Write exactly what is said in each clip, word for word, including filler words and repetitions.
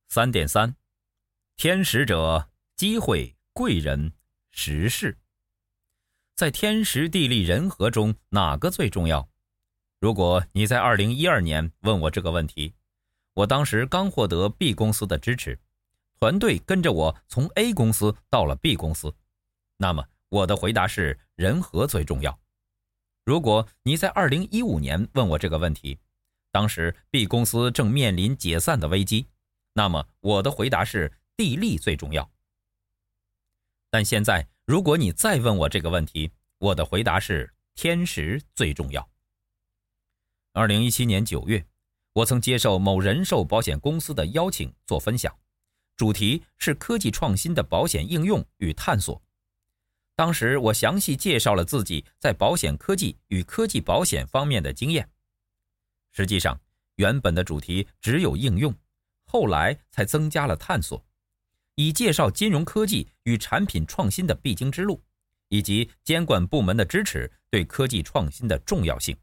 三点三，天时者，机会、贵人、时势。在天时地利人和中，哪个最重要？如果你在二零一二年问我这个问题，我当时刚获得 B 公司的支持，团队跟着我从 A 公司到了 B 公司，那么我的回答是人和最重要。如果你在二零一五年问我这个问题，当时 B 公司正面临解散的危机，那么我的回答是地利最重要。但现在如果你再问我这个问题，我的回答是天时最重要。二零一七年九月，我曾接受某人寿保险公司的邀请做分享，主题是科技创新的保险应用与探索。当时我详细介绍了自己在保险科技与科技保险方面的经验。实际上，原本的主题只有应用，后来才增加了探索，以介绍金融科技与产品创新的必经之路，以及监管部门的支持对科技创新的重要性。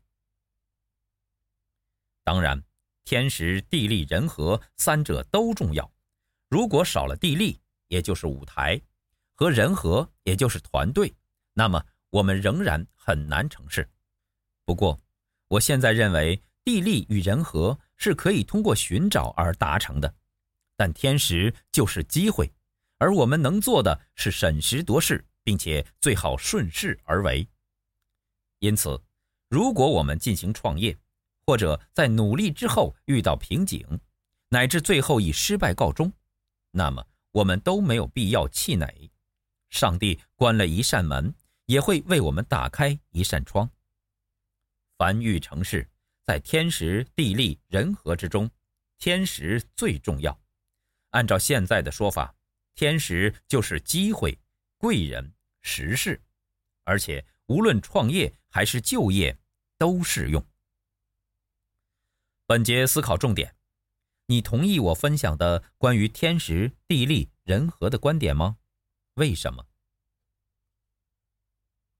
当然，天时地利人和三者都重要，如果少了地利，也就是舞台，和人和，也就是团队，那么我们仍然很难成事。不过，我现在认为地利与人和是可以通过寻找而达成的，但天时就是机会，而我们能做的是审时度势，并且最好顺势而为。因此，如果我们进行创业，或者在努力之后遇到瓶颈，乃至最后以失败告终，那么我们都没有必要气馁。上帝关了一扇门，也会为我们打开一扇窗。凡欲成事，在天时地利人和之中，天时最重要。按照现在的说法，天时就是机会、贵人、时势，而且无论创业还是就业都适用。本节思考重点：你同意我分享的关于天时地利人和的观点吗？为什么？